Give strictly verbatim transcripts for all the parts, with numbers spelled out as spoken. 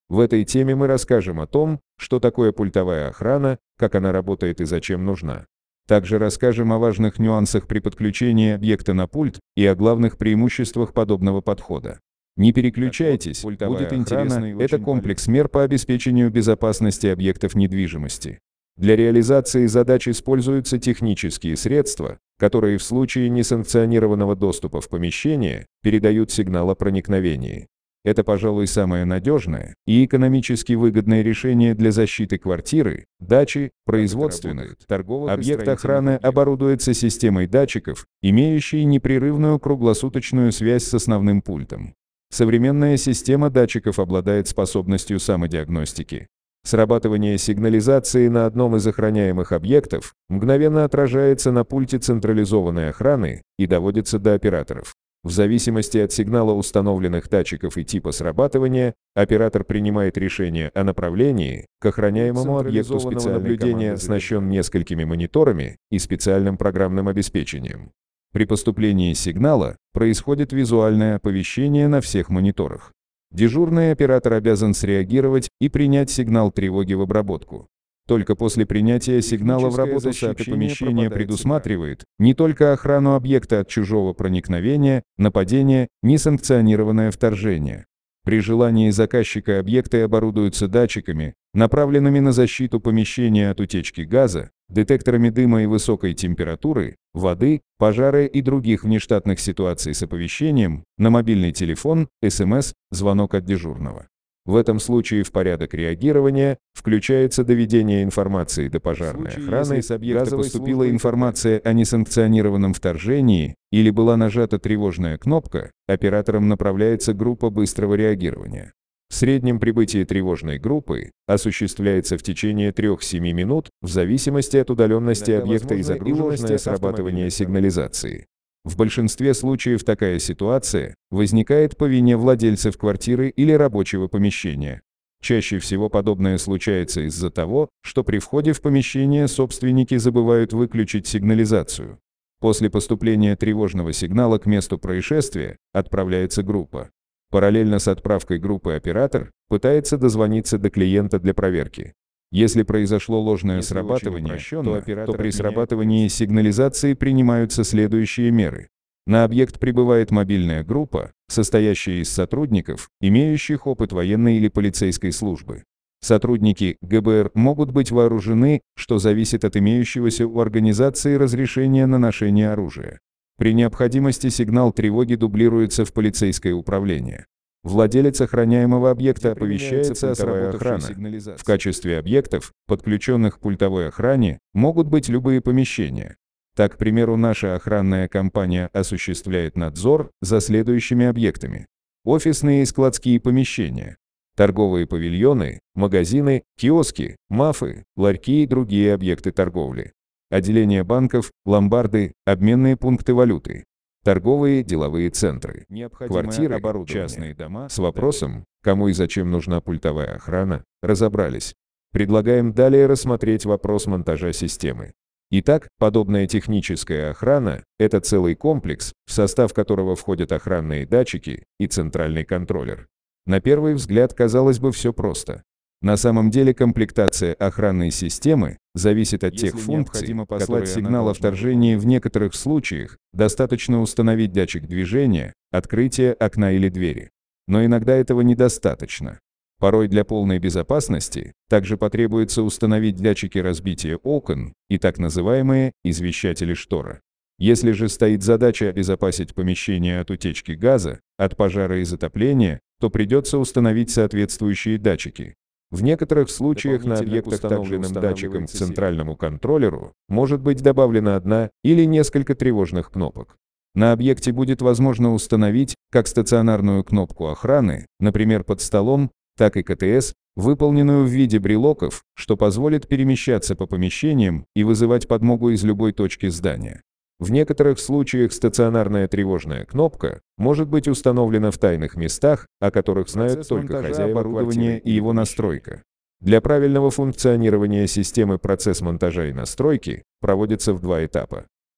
В этой теме мы расскажем о том, что такое пультовая охрана, как она работает и зачем нужна. Также расскажем о важных нюансах при подключении объекта на пульт и о главных преимуществах подобного подхода. Не переключайтесь, будет интересно. Это комплекс мер по обеспечению безопасности объектов недвижимости. Для реализации задач используются технические средства, которые в случае несанкционированного доступа в помещение передают сигнал о проникновении. Это, пожалуй, самое надежное и экономически выгодное решение для защиты квартиры, дачи, производственных, торговых. Объект охраны оборудуется системой датчиков, имеющей непрерывную круглосуточную связь с основным пультом. Современная система датчиков обладает способностью самодиагностики. Срабатывание сигнализации на одном из охраняемых объектов мгновенно отражается на пульте централизованной охраны и доводится до операторов. В зависимости от сигнала установленных датчиков и типа срабатывания, оператор принимает решение о направлении к охраняемому объекту. Специальное наблюдение оснащен несколькими мониторами и специальным программным обеспечением. При поступлении сигнала происходит визуальное оповещение на всех мониторах. Дежурный оператор обязан среагировать и принять сигнал тревоги в обработку. Только после принятия сигнала в работу сообщение помещения предусматривает не только охрану объекта от чужого проникновения, нападения, несанкционированное вторжение. При желании заказчика объекты оборудуются датчиками, направленными на защиту помещения от утечки газа, детекторами дыма и высокой температуры, воды, пожара и других внештатных ситуаций с оповещением на мобильный телефон, эс эм эс, звонок от дежурного. В этом случае в порядок реагирования включается доведение информации до пожарной охраны, с объекта поступила информация о несанкционированном вторжении или была нажата тревожная кнопка, оператором направляется группа быстрого реагирования. В среднем прибытие тревожной группы осуществляется в течение трёх-семи минут в зависимости от удаленности объекта и загруженности срабатывания сигнализации. В большинстве случаев такая ситуация возникает по вине владельцев квартиры или рабочего помещения. Чаще всего подобное случается из-за того, что при входе в помещение собственники забывают выключить сигнализацию. После поступления тревожного сигнала к месту происшествия отправляется группа. Параллельно с отправкой группы оператор пытается дозвониться до клиента для проверки. Если произошло ложное Если срабатывание, то, то при срабатывании сигнализации принимаются следующие меры. На объект прибывает мобильная группа, состоящая из сотрудников, имеющих опыт военной или полицейской службы. Сотрудники гэ бэ эр могут быть вооружены, что зависит от имеющегося у организации разрешения на ношение оружия. При необходимости сигнал тревоги дублируется в полицейское управление. Владелец охраняемого объекта оповещается о срабатывавшей охране. В качестве объектов, подключенных к пультовой охране, могут быть любые помещения. Так, к примеру, наша охранная компания осуществляет надзор за следующими объектами: офисные и складские помещения, торговые павильоны, магазины, киоски, мафы, ларьки и другие объекты торговли, отделения банков, ломбарды, обменные пункты валюты, торговые деловые центры, квартиры, частные дома. С вопросом, кому и зачем нужна пультовая охрана, разобрались. Предлагаем далее рассмотреть вопрос монтажа системы. Итак, подобная техническая охрана – это целый комплекс, в состав которого входят охранные датчики и центральный контроллер. На первый взгляд, казалось бы, все просто. На самом деле комплектация охранной системы зависит от тех функций, которые сигнал о вторжении. В некоторых случаях достаточно установить датчик движения, открытия окна или двери. Но иногда этого недостаточно. Порой для полной безопасности также потребуется установить датчики разбития окон и так называемые извещатели штора. Если же стоит задача обезопасить помещение от утечки газа, от пожара и затопления, то придется установить соответствующие датчики. В некоторых случаях на объектах, установленным датчиком к центральному контроллеру, может быть добавлена одна или несколько тревожных кнопок. На объекте будет возможно установить как стационарную кнопку охраны, например, под столом, так и ка тэ эс, выполненную в виде брелоков, что позволит перемещаться по помещениям и вызывать подмогу из любой точки здания. В некоторых случаях стационарная тревожная кнопка может быть установлена в тайных местах, о которых знают только хозяин оборудования и его настройка. Для правильного функционирования системы процесс монтажа и настройки проводится в два этапа.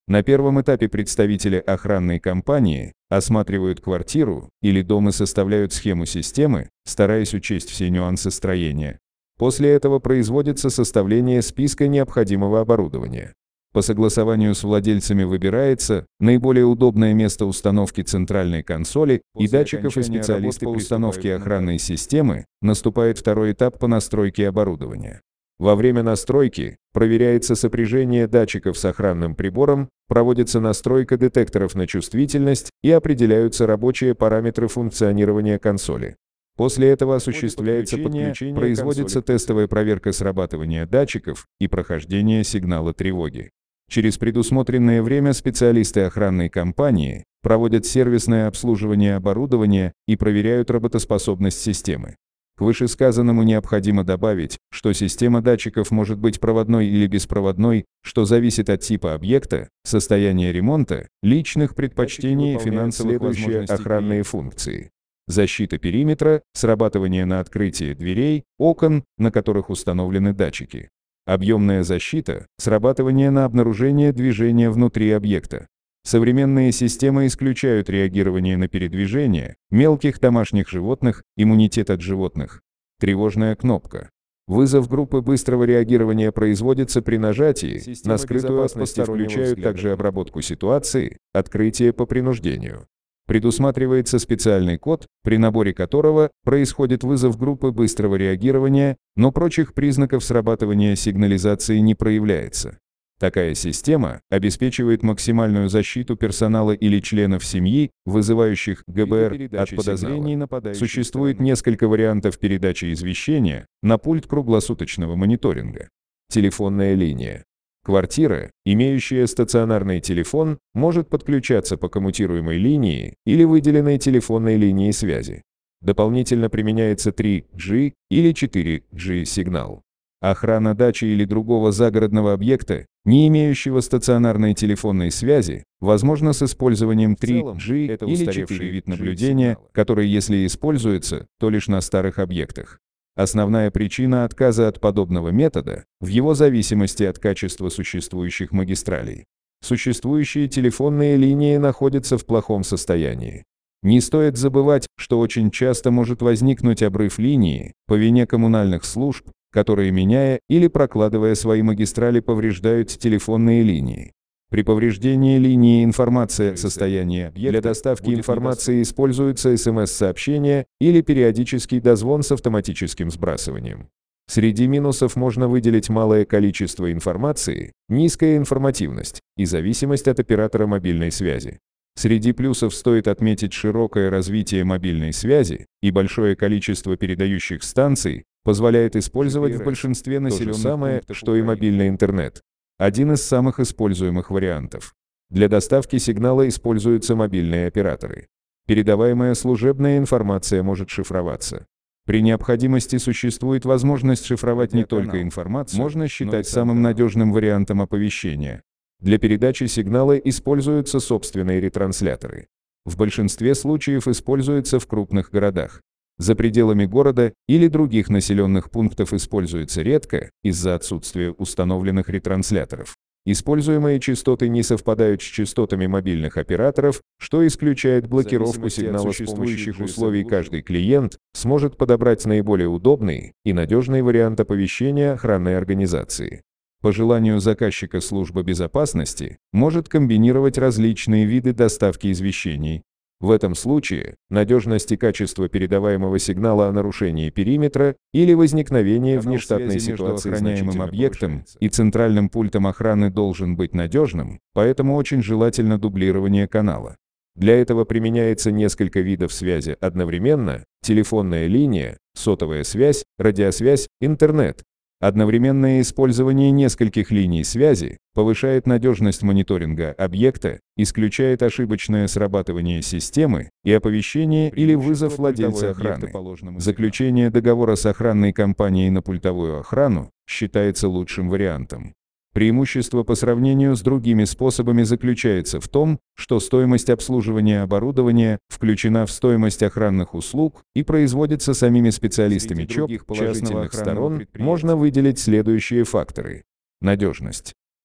На первом этапе представители охранной компании осматривают квартиру или дом и составляют схему системы, стараясь учесть все нюансы строения. После этого производится составление списка необходимого оборудования. По согласованию с владельцами выбирается наиболее удобное место установки центральной консоли и датчиков, и специалисты по установке охранной системы. Наступает второй этап по настройке оборудования. Во время настройки проверяется сопряжение датчиков с охранным прибором, проводится настройка детекторов на чувствительность и определяются рабочие параметры функционирования консоли. После этого осуществляется подключение, производится тестовая проверка срабатывания датчиков и прохождения сигнала тревоги. Через предусмотренное время специалисты охранной компании проводят сервисное обслуживание оборудования и проверяют работоспособность системы. К вышесказанному необходимо добавить, что система датчиков может быть проводной или беспроводной, что зависит от типа объекта, состояния ремонта, личных предпочтений и финансовых возможностей. Охранные функции. Защита периметра, срабатывание на открытие дверей, окон, на которых установлены датчики. Объемная защита, срабатывание на обнаружение движения внутри объекта. Современные системы исключают реагирование на передвижение мелких домашних животных, иммунитет от животных. Тревожная кнопка. Вызов группы быстрого реагирования производится при нажатии на скрытую от постороннего, включают также обработку ситуации, открытие по принуждению. Предусматривается специальный код, при наборе которого происходит вызов группы быстрого реагирования, но прочих признаков срабатывания сигнализации не проявляется. Такая система обеспечивает максимальную защиту персонала или членов семьи, вызывающих ГБР от подозрений нападающих. Существует несколько вариантов передачи извещения на пульт круглосуточного мониторинга. Телефонная линия. Квартира, имеющая стационарный телефон, может подключаться по коммутируемой линии или выделенной телефонной линии связи. Дополнительно применяется три джи или четыре джи сигнал. Охрана дачи или другого загородного объекта, не имеющего стационарной телефонной связи, возможно с использованием три джи или четыре вид наблюдения, который, если используется, то лишь на старых объектах. Основная причина отказа от подобного метода в его зависимости от качества существующих магистралей. Существующие телефонные линии находятся в плохом состоянии. Не стоит забывать, что очень часто может возникнуть обрыв линии по вине коммунальных служб, которые, меняя или прокладывая свои магистрали, повреждают телефонные линии. При повреждении линии информация о состоянии объекта для доставки информации используется СМС-сообщение или периодический дозвон с автоматическим сбрасыванием. Среди минусов можно выделить малое количество информации, низкая информативность и зависимость от оператора мобильной связи. Среди плюсов стоит отметить широкое развитие мобильной связи и большое количество передающих станций позволяет использовать в большинстве населенных пунктов самое, что и мобильный интернет. Один из самых используемых вариантов. Для доставки сигнала используются мобильные операторы. Передаваемая служебная информация может шифроваться. При необходимости существует возможность шифровать не только информацию, можно считать самым надежным вариантом оповещения. Для передачи сигнала используются собственные ретрансляторы. В большинстве случаев используются в крупных городах. За пределами города или других населенных пунктов используется редко из-за отсутствия установленных ретрансляторов. Используемые частоты не совпадают с частотами мобильных операторов, что исключает блокировку сигнала. С существующих условий каждый клиент сможет подобрать наиболее удобный и надежный вариант оповещения охранной организации. По желанию заказчика служба безопасности может комбинировать различные виды доставки извещений. В этом случае надежность и качество передаваемого сигнала о нарушении периметра или возникновении внештатной ситуации между охраняемым объектом и центральным пультом охраны должен быть надежным, поэтому очень желательно дублирование канала. Для этого применяется несколько видов связи одновременно: телефонная линия, сотовая связь, радиосвязь, интернет. Одновременное использование нескольких линий связи повышает надежность мониторинга объекта, исключает ошибочное срабатывание системы и оповещение или вызов владельца охраны. Заключение договора с охранной компанией на пультовую охрану считается лучшим вариантом. Преимущество по сравнению с другими способами заключается в том, что стоимость обслуживания оборудования включена в стоимость охранных услуг и производится самими специалистами ЧОП. Положительных сторон можно выделить следующие факторы. Надежность.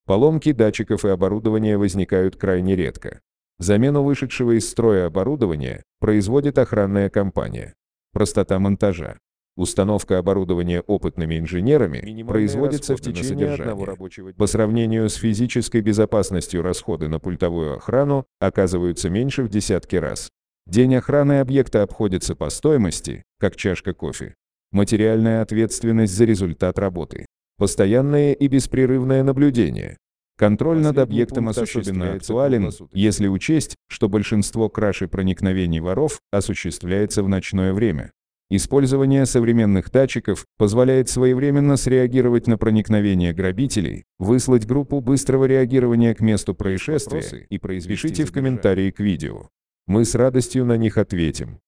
Поломки датчиков и оборудования возникают крайне редко. Замену вышедшего из строя оборудования производит охранная компания. Простота монтажа. Установка оборудования опытными инженерами производится в течение одного рабочего дня. По сравнению с физической безопасностью расходы на пультовую охрану оказываются меньше в десятки раз. День охраны объекта обходится по стоимости, как чашка кофе. Материальная ответственность за результат работы. Постоянное и беспрерывное наблюдение. Контроль над объектом особенно актуален, если учесть, что большинство краж и проникновений воров осуществляется в ночное время. Использование современных датчиков позволяет своевременно среагировать на проникновение грабителей, выслать группу быстрого реагирования к месту происшествия и произвести. Пишите в комментарии к видео. Мы с радостью на них ответим.